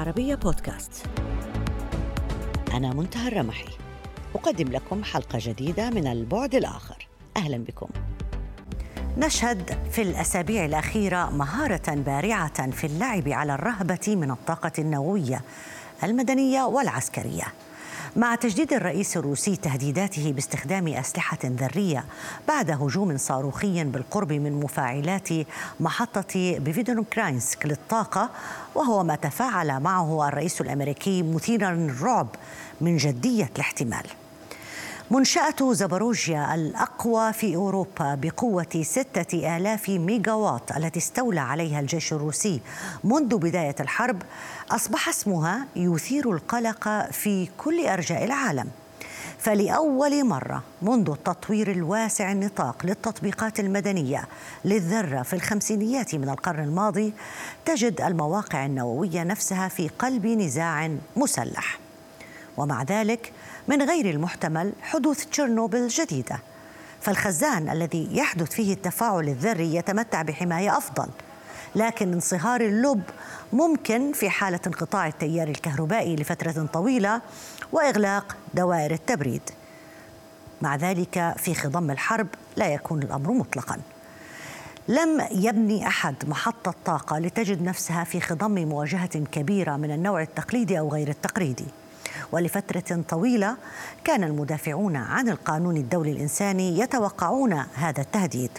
العربية بودكاست. أنا منتهى الرمحي، أقدم لكم حلقة جديدة من البعد الآخر. أهلا بكم. نشهد في الأسابيع الأخيرة مهارة بارعة في اللعب على الرهبة من الطاقة النووية المدنية والعسكرية، مع تجديد الرئيس الروسي تهديداته باستخدام أسلحة ذرية بعد هجوم صاروخي بالقرب من مفاعلات محطة بيفيدنوكراينسك للطاقة، وهو ما تفاعل معه الرئيس الأمريكي مثيرا الرعب من جدية الاحتمال. منشأة زاباروجيا الأقوى في أوروبا بقوة 6000 ميجاوات التي استولى عليها الجيش الروسي منذ بداية الحرب أصبح اسمها يثير القلق في كل أرجاء العالم. فلأول مرة منذ التطوير الواسع النطاق للتطبيقات المدنية للذرة في الخمسينيات من القرن الماضي، تجد المواقع النووية نفسها في قلب نزاع مسلح. ومع ذلك من غير المحتمل حدوث تشيرنوبل جديدة، فالخزان الذي يحدث فيه التفاعل الذري يتمتع بحماية أفضل، لكن انصهار اللب ممكن في حالة انقطاع التيار الكهربائي لفترة طويلة وإغلاق دوائر التبريد. مع ذلك في خضم الحرب لا يكون الأمر مطلقاً. لم يبني أحد محطة طاقة لتجد نفسها في خضم مواجهة كبيرة من النوع التقليدي أو غير التقليدي. ولفترة طويلة كان المدافعون عن القانون الدولي الإنساني يتوقعون هذا التهديد.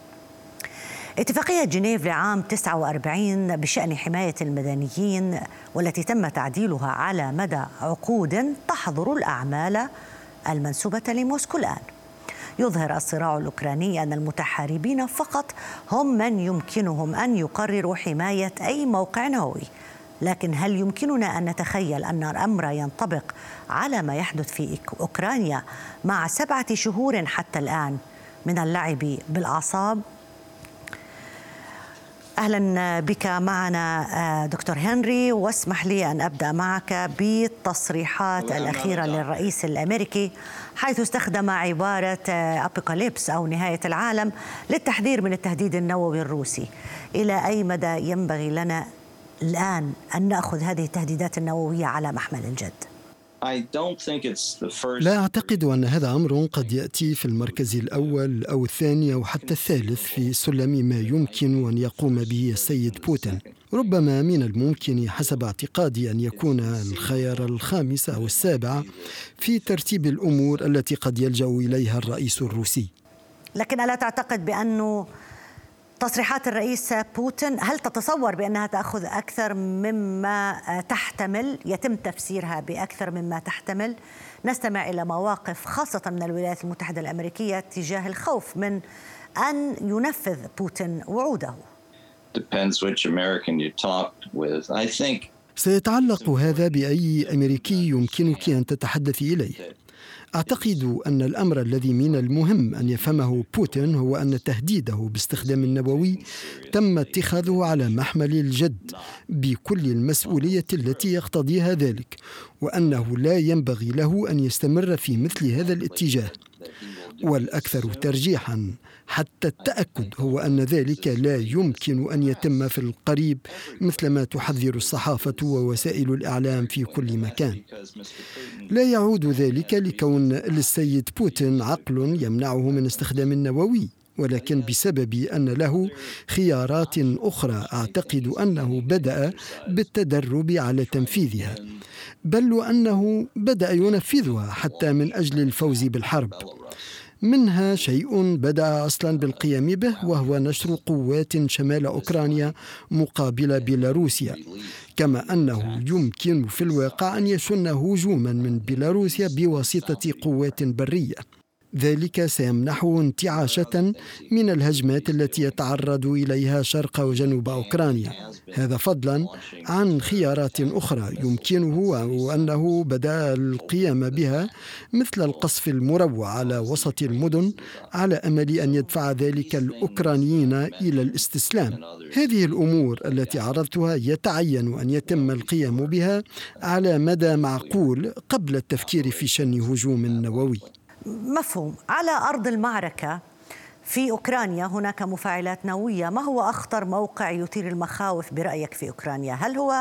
اتفاقية جنيف لعام 49 بشأن حماية المدنيين، والتي تم تعديلها على مدى عقود، تحظر الأعمال المنسوبة لموسكو الآن. يظهر الصراع الأوكراني أن المتحاربين فقط هم من يمكنهم أن يقرروا حماية أي موقع نووي، لكن هل يمكننا أن نتخيل أن الأمر ينطبق على ما يحدث في أوكرانيا مع 7 شهور حتى الآن من اللعب بالأعصاب؟ أهلا بك معنا دكتور هنري، واسمح لي أن أبدأ معك بالتصريحات الأخيرة للرئيس الأمريكي، حيث استخدم عبارة أبوكاليبس أو نهاية العالم للتحذير من التهديد النووي الروسي. إلى أي مدى ينبغي لنا الآن أن نأخذ هذه التهديدات النووية على محمل الجد؟ لا أعتقد أن هذا أمر قد يأتي في المركز الأول أو الثاني أو حتى الثالث في سلم ما يمكن أن يقوم به السيد بوتين. ربما من الممكن حسب اعتقادي أن يكون الخيار الخامس أو السابع في ترتيب الأمور التي قد يلجأ إليها الرئيس الروسي. لكن ألا تعتقد بأنه تصريحات الرئيس بوتين هل تتصور بأنها تأخذ أكثر مما تحتمل، يتم تفسيرها بأكثر مما تحتمل؟ نستمع إلى مواقف خاصة من الولايات المتحدة الأمريكية تجاه الخوف من أن ينفذ بوتين وعوده. سيتعلق هذا بأي أمريكي يمكنك أن تتحدثي إليه. أعتقد أن الأمر الذي من المهم أن يفهمه بوتين هو أن تهديده باستخدام النووي تم اتخاذه على محمل الجد بكل المسؤولية التي يقتضيها ذلك، وأنه لا ينبغي له أن يستمر في مثل هذا الاتجاه. والأكثر ترجيحاً حتى التأكد هو أن ذلك لا يمكن أن يتم في القريب، مثلما تحذر الصحافة ووسائل الإعلام في كل مكان. لا يعود ذلك لكون للسيد بوتين عقل يمنعه من استخدام النووي، ولكن بسبب أن له خيارات أخرى أعتقد أنه بدأ بالتدرب على تنفيذها، بل وأنه بدأ ينفذها حتى من أجل الفوز بالحرب. منها شيء بدأ أصلا بالقيام به، وهو نشر قوات شمال أوكرانيا مقابل بيلاروسيا، كما أنه يمكن في الواقع أن يشن هجوما من بيلاروسيا بواسطة قوات برية. ذلك سيمنحه انتعاشة من الهجمات التي يتعرض إليها شرق وجنوب أوكرانيا، هذا فضلا عن خيارات أخرى يمكنه أو أنه بدأ القيام بها، مثل القصف المروع على وسط المدن على أمل أن يدفع ذلك الأوكرانيين إلى الاستسلام. هذه الأمور التي عرضتها يتعين أن يتم القيام بها على مدى معقول قبل التفكير في شن هجوم نووي. مفهوم. على أرض المعركة في أوكرانيا هناك مفاعلات نووية، ما هو أخطر موقع يثير المخاوف برأيك في أوكرانيا؟ هل هو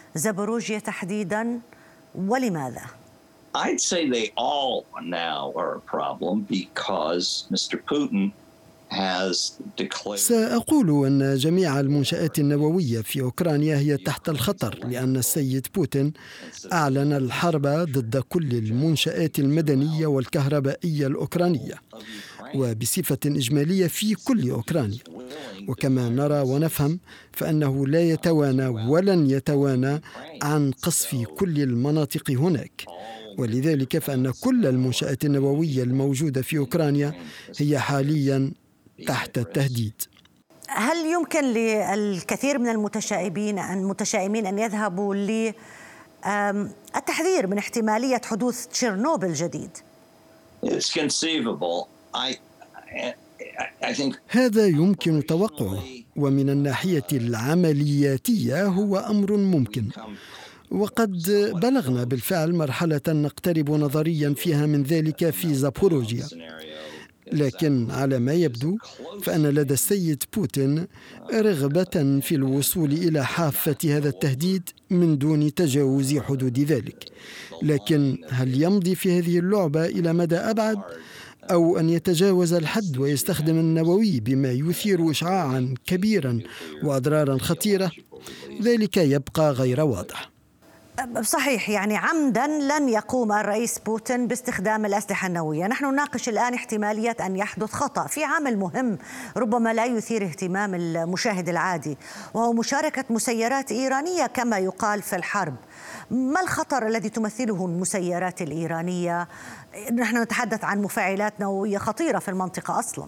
زابوروجيا تحديداً، ولماذا؟ I'd say they all now are a problem because Mr. Putin has declared. سأقول أن جميع المنشآت النووية في أوكرانيا هي تحت الخطر، لأن السيد بوتين أعلن الحرب ضد كل المنشآت المدنية والكهربائية الأوكرانية وبصفة إجمالية في كل أوكرانيا. وكما نرى ونفهم فإنه لا يتوانى ولن يتوانى عن قصف كل المناطق هناك، ولذلك فإن كل المنشآت النووية الموجودة في أوكرانيا هي حالياً تحت التهديد. هل يمكن للكثير من المتشائمين أن يذهبوا للتحذير من احتمالية حدوث تشيرنوبل جديد؟ هذا يمكن توقعه، ومن الناحية العملياتية هو أمر ممكن، وقد بلغنا بالفعل مرحلة نقترب نظريا فيها من ذلك في زابوروجيا. لكن على ما يبدو فإن لدى السيد بوتين رغبة في الوصول إلى حافة هذا التهديد من دون تجاوز حدود ذلك. لكن هل يمضي في هذه اللعبة إلى مدى أبعد، أو أن يتجاوز الحد ويستخدم النووي بما يثير إشعاعا كبيرا وأضرارا خطيرة؟ ذلك يبقى غير واضح. صحيح، يعني عمدا لن يقوم الرئيس بوتين باستخدام الأسلحة النووية. نحن نناقش الآن احتمالية أن يحدث خطأ في عامل مهم ربما لا يثير اهتمام المشاهد العادي، وهو مشاركة مسيرات إيرانية كما يقال في الحرب. ما الخطر الذي تمثله المسيرات الإيرانية؟ نحن نتحدث عن مفاعلات نووية خطيرة في المنطقة أصلاً.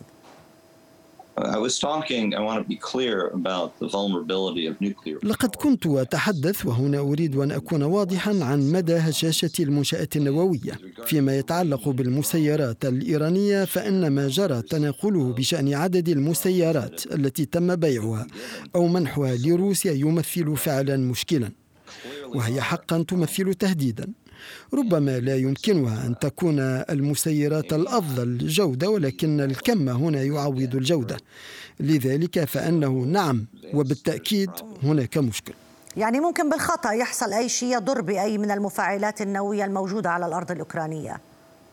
لقد كنت أتحدث، وهنا أريد أن أكون واضحا، عن مدى هشاشة المنشآت النووية. فيما يتعلق بالمسيرات الإيرانية فإن ما جرى تناقله بشأن عدد المسيرات التي تم بيعها أو منحها لروسيا يمثل فعلا مشكلا، وهي حقا تمثل تهديدا. ربما لا يمكنها أن تكون المسيرات الأفضل جودة، ولكن الكم هنا يعوض الجودة. لذلك فإنه نعم وبالتأكيد هناك مشكل. يعني ممكن بالخطأ يحصل أي شيء يضر بأي من المفاعلات النووية الموجودة على الأرض الأوكرانية.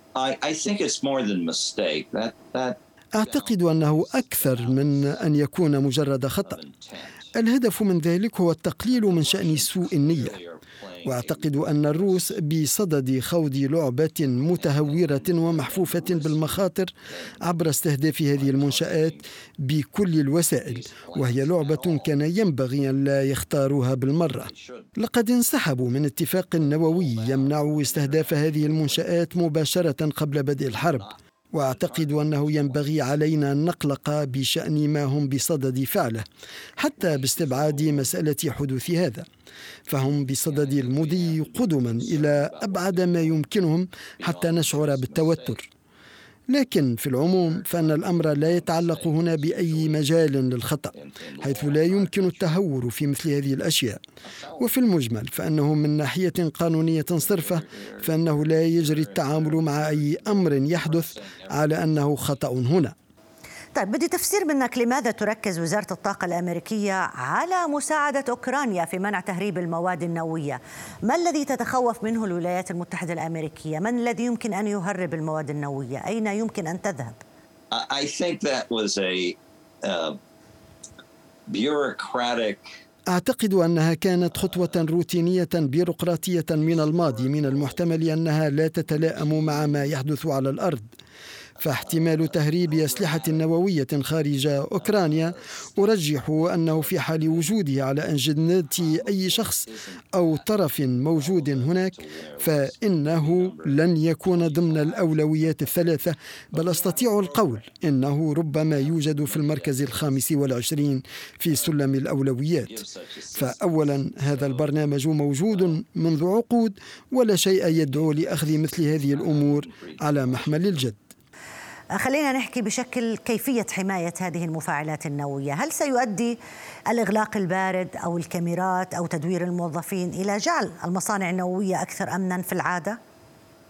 أعتقد أنه أكثر من أن يكون مجرد خطأ. الهدف من ذلك هو التقليل من شأن سوء النية، وأعتقد أن الروس بصدد خوض لعبة متهورة ومحفوفة بالمخاطر عبر استهداف هذه المنشآت بكل الوسائل، وهي لعبة كان ينبغي أن لا يختاروها بالمرة. لقد انسحبوا من اتفاق نووي يمنع استهداف هذه المنشآت مباشرة قبل بدء الحرب، وأعتقد أنه ينبغي علينا أن نقلق بشأن ما هم بصدد فعله، حتى باستبعاد مسألة حدوث هذا، فهم بصدد المضي قدما إلى أبعد ما يمكنهم حتى نشعر بالتوتر. لكن في العموم فإن الأمر لا يتعلق هنا بأي مجال للخطأ، حيث لا يمكن التهور في مثل هذه الأشياء. وفي المجمل فإنه من ناحية قانونية صرفة فإنه لا يجري التعامل مع أي أمر يحدث على أنه خطأ هنا. طيب، بدي تفسير منك لماذا تركز وزارة الطاقة الأمريكية على مساعدة أوكرانيا في منع تهريب المواد النووية؟ ما الذي تتخوف منه الولايات المتحدة الأمريكية؟ من الذي يمكن أن يهرب المواد النووية؟ أين يمكن أن تذهب؟ أعتقد أنها كانت خطوة روتينية بيروقراطية من الماضي، من المحتمل أنها لا تتلائم مع ما يحدث على الأرض. فاحتمال تهريب أسلحة نووية خارج أوكرانيا أرجح أنه في حال وجوده على أجندة أي شخص أو طرف موجود هناك فإنه لن يكون ضمن الأولويات الثلاثة، بل أستطيع القول إنه ربما يوجد في المركز 25 في سلم الأولويات. فأولا هذا البرنامج موجود منذ عقود، ولا شيء يدعو لأخذ مثل هذه الأمور على محمل الجد. خلينا نحكي بشكل كيفية حماية هذه المفاعلات النووية. هل سيؤدي الإغلاق البارد أو الكاميرات أو تدوير الموظفين إلى جعل المصانع النووية أكثر أمناً في العادة؟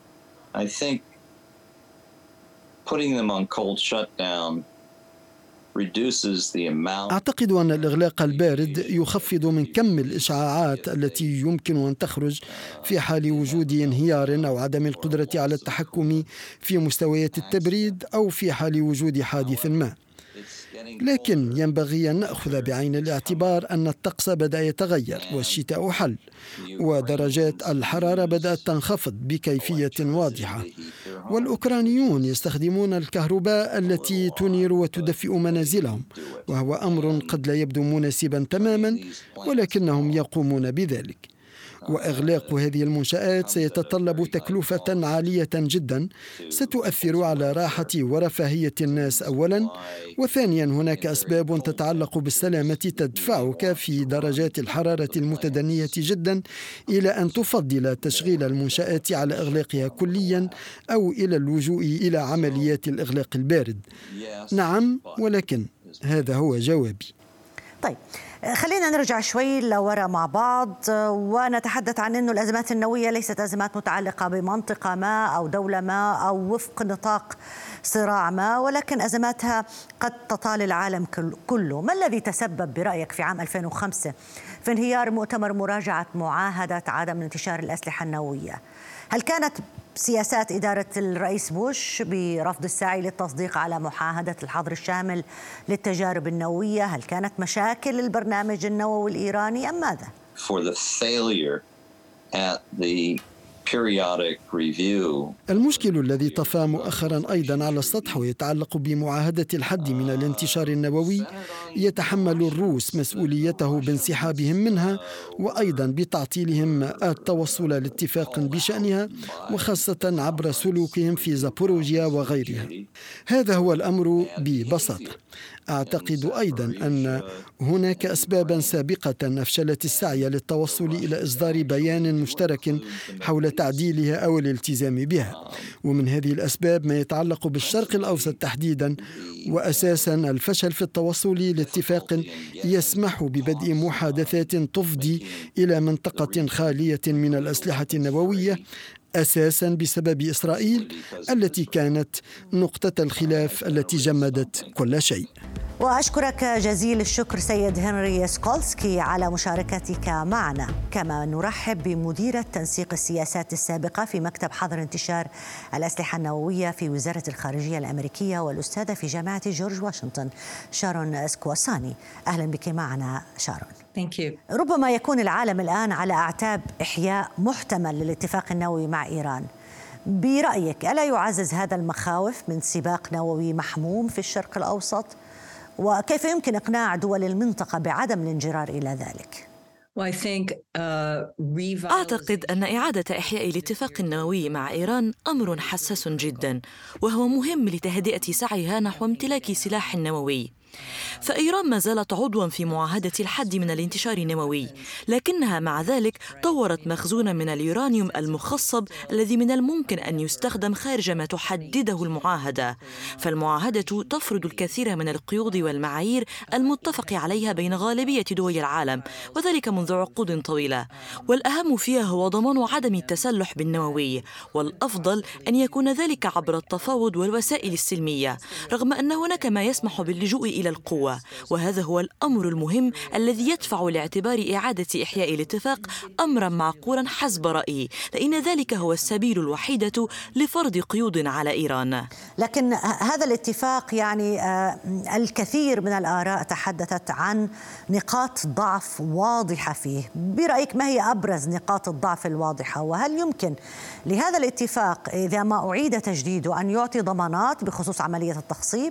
I think putting them on cold shutdown أعتقد أن الإغلاق البارد يخفض من كم الإشعاعات التي يمكن أن تخرج في حال وجود انهيار أو عدم القدرة على التحكم في مستويات التبريد أو في حال وجود حادث ما. لكن ينبغي أن نأخذ بعين الاعتبار أن الطقس بدأ يتغير والشتاء حل ودرجات الحرارة بدأت تنخفض بكيفية واضحة، والأوكرانيون يستخدمون الكهرباء التي تنير وتدفئ منازلهم، وهو أمر قد لا يبدو مناسبا تماما ولكنهم يقومون بذلك. وإغلاق هذه المنشآت سيتطلب تكلفة عالية جدا ستؤثر على راحة ورفاهية الناس أولا، وثانيا هناك أسباب تتعلق بالسلامة تدفعك في درجات الحرارة المتدنية جدا إلى أن تفضل تشغيل المنشآت على إغلاقها كليا أو إلى اللجوء إلى عمليات الإغلاق البارد. نعم، ولكن هذا هو جوابي. طيب، خلينا نرجع شوي لورا مع بعض ونتحدث عن أنه الأزمات النووية ليست أزمات متعلقة بمنطقة ما أو دولة ما أو وفق نطاق صراع ما، ولكن أزماتها قد تطال العالم كله. ما الذي تسبب برأيك في عام 2005 في انهيار مؤتمر مراجعة معاهدة عدم انتشار الأسلحة النووية؟ هل كانت سياسات إدارة الرئيس بوش برفض السعي للتصديق على معاهدة الحظر الشامل للتجارب النووية؟ هل كانت مشاكل البرنامج النووي الإيراني أم ماذا؟ المشكل الذي طفى مؤخرا أيضا على السطح ويتعلق بمعاهدة الحد من الانتشار النووي يتحمل الروس مسؤوليته بانسحابهم منها وأيضا بتعطيلهم التوصل لاتفاق بشأنها، وخاصة عبر سلوكهم في زابوروجيا وغيرها. هذا هو الأمر ببساطة. أعتقد أيضا أن هناك أسبابا سابقة أفشلت السعي للتوصل إلى إصدار بيان مشترك حول تعديلها أو الالتزام بها، ومن هذه الأسباب ما يتعلق بالشرق الأوسط تحديدا، وأساسا الفشل في التوصل لاتفاق يسمح ببدء محادثات تفضي إلى منطقة خالية من الأسلحة النووية، أساساً بسبب إسرائيل التي كانت نقطة الخلاف التي جمدت كل شيء. وأشكرك جزيل الشكر سيد هنري سكولسكي على مشاركتك معنا. كما نرحب بمديرة تنسيق السياسات السابقة في مكتب حظر انتشار الأسلحة النووية في وزارة الخارجية الأمريكية والأستاذة في جامعة جورج واشنطن شارون سكواساني. أهلا بك معنا شارون. Thank you. ربما يكون العالم الآن على أعتاب إحياء محتمل للاتفاق النووي مع إيران. برأيك ألا يعزز هذا المخاوف من سباق نووي محموم في الشرق الأوسط؟ وكيف يمكن إقناع دول المنطقة بعدم الانجرار إلى ذلك؟ أعتقد أن إعادة إحياء الاتفاق النووي مع إيران أمر حساس جدا، وهو مهم لتهدئة سعيها نحو امتلاك سلاح نووي. فإيران ما زالت عضواً في معاهدة الحد من الانتشار النووي، لكنها مع ذلك طورت مخزوناً من اليورانيوم المخصب الذي من الممكن أن يستخدم خارج ما تحدده المعاهدة. فالمعاهدة تفرض الكثير من القيود والمعايير المتفق عليها بين غالبية دول العالم، وذلك منذ عقود طويلة، والأهم فيها هو ضمان عدم التسلح بالنووي، والأفضل أن يكون ذلك عبر التفاوض والوسائل السلمية، رغم أن هناك ما يسمح باللجوء إلى القوة. وهذا هو الأمر المهم الذي يدفع لاعتبار إعادة إحياء الاتفاق أمرا معقولا حسب رأيي، لأن ذلك هو السبيل الوحيد لفرض قيود على إيران. لكن هذا الاتفاق يعني الكثير من الآراء تحدثت عن نقاط ضعف واضحة فيه. برأيك ما هي أبرز نقاط الضعف الواضحة؟ وهل يمكن لهذا الاتفاق إذا ما أعيد تجديده أن يعطي ضمانات بخصوص عملية التخصيب؟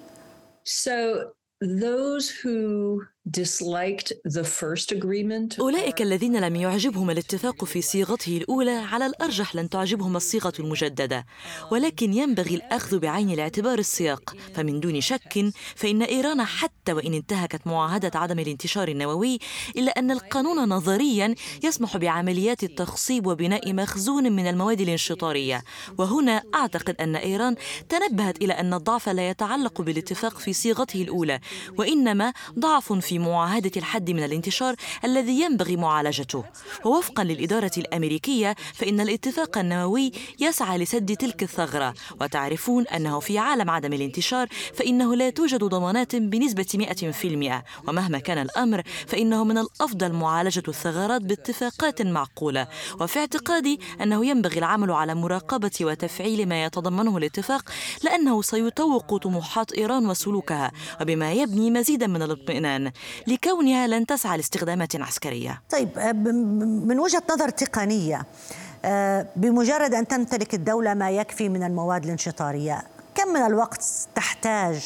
أولئك الذين لم يعجبهم الاتفاق في صيغته الأولى على الأرجح لن تعجبهم الصيغة المجددة، ولكن ينبغي الأخذ بعين الاعتبار السياق. فمن دون شك فإن إيران حتى وإن انتهكت معاهدة عدم الانتشار النووي، إلا أن القانون نظريا يسمح بعمليات التخصيب وبناء مخزون من المواد الانشطارية. وهنا أعتقد أن إيران تنبهت إلى أن الضعف لا يتعلق بالاتفاق في صيغته الأولى، وإنما ضعف في في معاهدة الحد من الانتشار الذي ينبغي معالجته. ووفقا للإدارة الأمريكية فإن الاتفاق النووي يسعى لسد تلك الثغرة، وتعرفون أنه في عالم عدم الانتشار فإنه لا توجد ضمانات بنسبة 100%، ومهما كان الأمر فإنه من الأفضل معالجة الثغرات باتفاقات معقولة. وفي اعتقادي أنه ينبغي العمل على مراقبة وتفعيل ما يتضمنه الاتفاق، لأنه سيطوق طموحات إيران وسلوكها، وبما يبني مزيدا من الاطمئنان لكونها لن تسعى لاستخدامات عسكرية. طيب، من وجهة نظر تقنية، بمجرد أن تمتلك الدولة ما يكفي من المواد الانشطارية، كم من الوقت تحتاج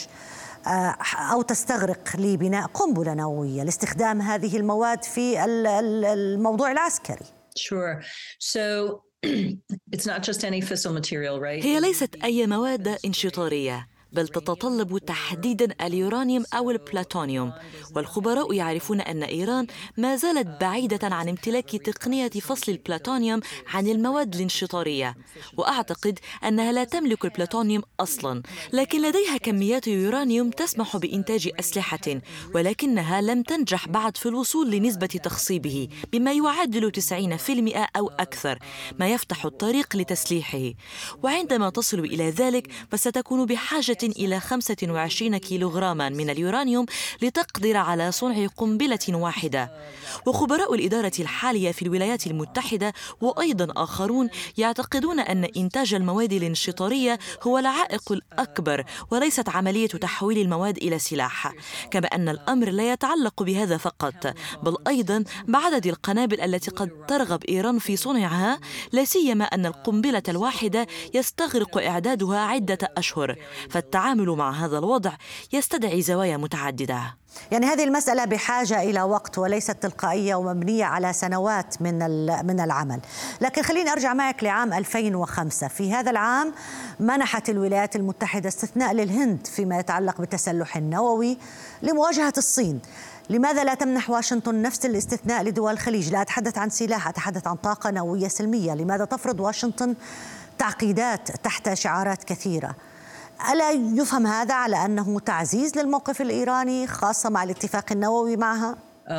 أو تستغرق لبناء قنبلة نووية لاستخدام هذه المواد في الموضوع العسكري؟ Sure. So it's not just any fissile material, right? هي ليست أي مواد انشطارية، بل تتطلب تحديداً اليورانيوم أو البلاتونيوم. والخبراء يعرفون أن إيران ما زالت بعيدة عن امتلاك تقنية فصل البلاتونيوم عن المواد الانشطارية، وأعتقد أنها لا تملك البلاتونيوم أصلاً، لكن لديها كميات يورانيوم تسمح بإنتاج أسلحة، ولكنها لم تنجح بعد في الوصول لنسبة تخصيبه بما يعادل 90% أو أكثر، ما يفتح الطريق لتسليحه. وعندما تصل إلى ذلك فستكون بحاجة إلى 25 كيلوغراما من اليورانيوم لتقدر على صنع قنبلة واحدة. وخبراء الإدارة الحالية في الولايات المتحدة وأيضا آخرون يعتقدون أن إنتاج المواد الانشطارية هو العائق الأكبر، وليست عملية تحويل المواد إلى سلاح، كما أن الأمر لا يتعلق بهذا فقط، بل أيضا بعدد القنابل التي قد ترغب إيران في صنعها، لا سيما أن القنبلة الواحدة يستغرق إعدادها عدة أشهر. فالتعامل مع هذا الوضع يستدعي زوايا متعددة. يعني هذه المسألة بحاجة إلى وقت وليست تلقائية ومبنية على سنوات من العمل. لكن خليني أرجع معك لعام 2005. في هذا العام منحت الولايات المتحدة استثناء للهند فيما يتعلق بالتسلح النووي لمواجهة الصين. لماذا لا تمنح واشنطن نفس الاستثناء لدول الخليج؟ لا أتحدث عن سلاح، أتحدث عن طاقة نووية سلمية. لماذا تفرض واشنطن تعقيدات تحت شعارات كثيرة؟ ألا يفهم هذا على أنه تعزيز للموقف الإيراني خاصة مع الاتفاق النووي معها؟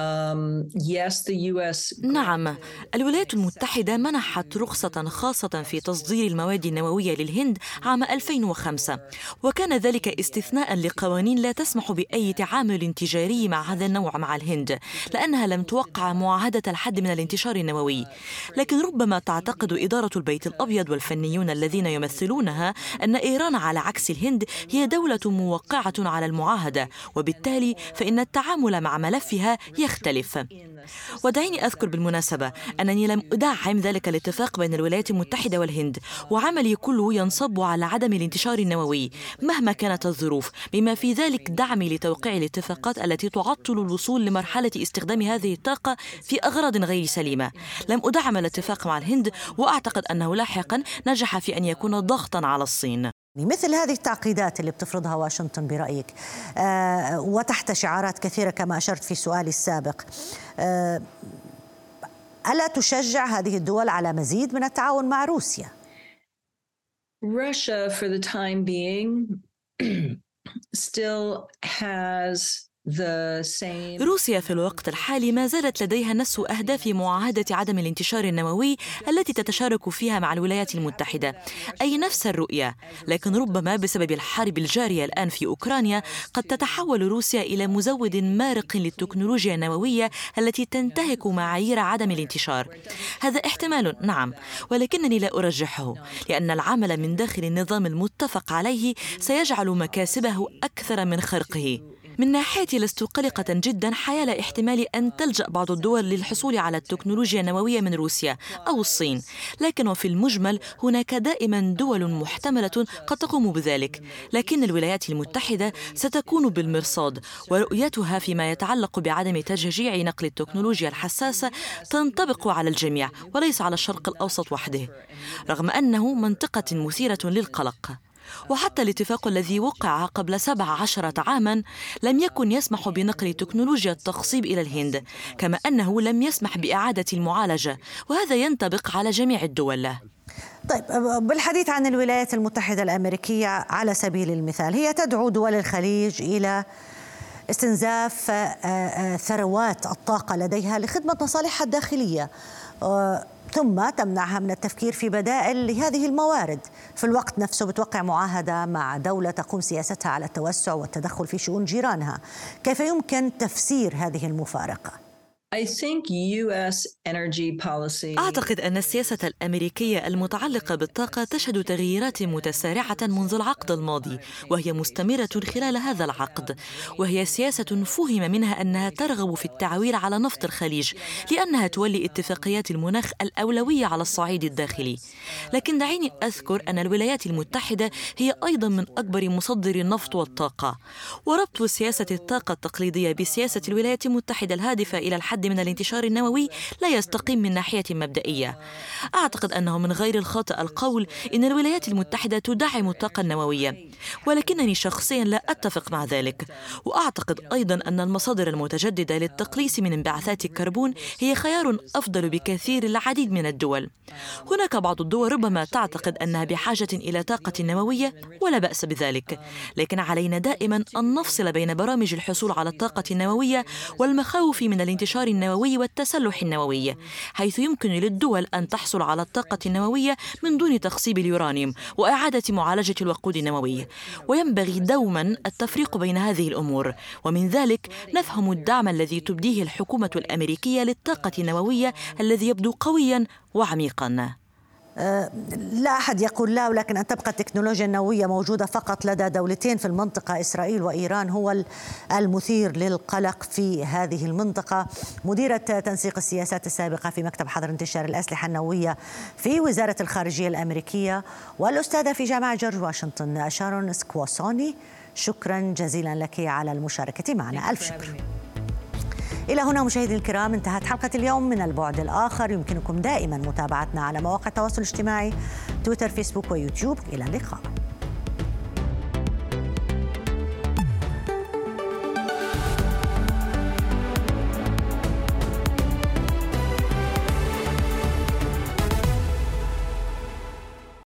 نعم، الولايات المتحدة منحت رخصة خاصة في تصدير المواد النووية للهند عام 2005، وكان ذلك استثناء لقوانين لا تسمح بأي تعامل تجاري مع هذا النوع مع الهند، لأنها لم توقع معاهدة الحد من الانتشار النووي. لكن ربما تعتقد إدارة البيت الأبيض والفنيون الذين يمثلونها أن إيران على عكس الهند هي دولة موقعة على المعاهدة، وبالتالي فإن التعامل مع ملفها يختلف. ودعيني أذكر بالمناسبة أنني لم أدعم ذلك الاتفاق بين الولايات المتحدة والهند، وعملي كله ينصب على عدم الانتشار النووي مهما كانت الظروف، بما في ذلك دعمي لتوقيع الاتفاقات التي تعطل الوصول لمرحلة استخدام هذه الطاقة في أغراض غير سليمة. لم أدعم الاتفاق مع الهند، وأعتقد أنه لاحقا نجح في أن يكون ضغطا على الصين. مثل هذه التعقيدات اللي بتفرضها واشنطن برأيك وتحت شعارات كثيرة كما أشرت في سؤالي السابق، ألا تشجع هذه الدول على مزيد من التعاون مع روسيا؟ Russia for the time being still has روسيا في الوقت الحالي ما زالت لديها نفس أهداف معاهدة عدم الانتشار النووي التي تتشارك فيها مع الولايات المتحدة، أي نفس الرؤية. لكن ربما بسبب الحرب الجارية الآن في أوكرانيا قد تتحول روسيا إلى مزود مارق للتكنولوجيا النووية التي تنتهك معايير عدم الانتشار. هذا احتمال، نعم، ولكنني لا أرجحه، لأن العمل من داخل النظام المتفق عليه سيجعل مكاسبه أكثر من خرقه. من ناحيتي لست قلقة جدا حيال احتمال أن تلجأ بعض الدول للحصول على التكنولوجيا النووية من روسيا أو الصين، لكن وفي المجمل هناك دائما دول محتملة قد تقوم بذلك. لكن الولايات المتحدة ستكون بالمرصاد، ورؤيتها فيما يتعلق بعدم تشجيع نقل التكنولوجيا الحساسة تنطبق على الجميع وليس على الشرق الأوسط وحده، رغم أنه منطقة مثيرة للقلق. وحتى الاتفاق الذي وقع قبل 17 عاماً لم يكن يسمح بنقل تكنولوجيا التخصيب إلى الهند، كما أنه لم يسمح بإعادة المعالجة، وهذا ينطبق على جميع الدول. طيب، بالحديث عن الولايات المتحدة الأمريكية على سبيل المثال، هي تدعو دول الخليج إلى استنزاف ثروات الطاقة لديها لخدمة مصالحها الداخلية، ثم تمنعها من التفكير في بدائل لهذه الموارد. في الوقت نفسه بتوقع معاهدة مع دولة تقوم سياستها على التوسع والتدخل في شؤون جيرانها. كيف يمكن تفسير هذه المفارقة؟ أعتقد أن السياسة الأمريكية المتعلقة بالطاقة تشهد تغييرات متسارعة منذ العقد الماضي، وهي مستمرة خلال هذا العقد، وهي سياسة فهم منها أنها ترغب في التعويل على نفط الخليج لأنها تولي اتفاقيات المناخ الأولوية على الصعيد الداخلي. لكن دعيني أذكر أن الولايات المتحدة هي أيضاً من أكبر مصدري النفط والطاقة، وربط سياسة الطاقة التقليدية بسياسة الولايات المتحدة الهادفة إلى الحد من الانتشار النووي لا يستقيم من ناحية مبدئية. أعتقد أنه من غير الخاطئ القول إن الولايات المتحدة تدعم الطاقة النووية، ولكنني شخصيا لا أتفق مع ذلك. وأعتقد أيضا أن المصادر المتجددة للتقليص من انبعاثات الكربون هي خيار أفضل بكثير للعديد من الدول. هناك بعض الدول ربما تعتقد أنها بحاجة إلى طاقة نووية، ولا بأس بذلك، لكن علينا دائما أن نفصل بين برامج الحصول على الطاقة النووية والمخاوف من الانتشار النووي والتسلح النووي، حيث يمكن للدول أن تحصل على الطاقة النووية من دون تخصيب اليورانيوم وإعادة معالجة الوقود النووي. وينبغي دوما التفريق بين هذه الأمور، ومن ذلك نفهم الدعم الذي تبديه الحكومة الأمريكية للطاقة النووية الذي يبدو قويا وعميقا. لا أحد يقول لا، ولكن أن تبقى التكنولوجيا النووية موجودة فقط لدى دولتين في المنطقة، إسرائيل وإيران، هو المثير للقلق في هذه المنطقة. مديرة تنسيق السياسات السابقة في مكتب حظر انتشار الأسلحة النووية في وزارة الخارجية الأمريكية والأستاذة في جامعة جورج واشنطن شارون سكواسوني، شكرا جزيلا لك على المشاركة معنا. ألف شكر. إلى هنا مشاهدي الكرام انتهت حلقة اليوم من البعد الآخر. يمكنكم دائما متابعتنا على مواقع التواصل الاجتماعي تويتر، فيسبوك ويوتيوب. إلى اللقاء.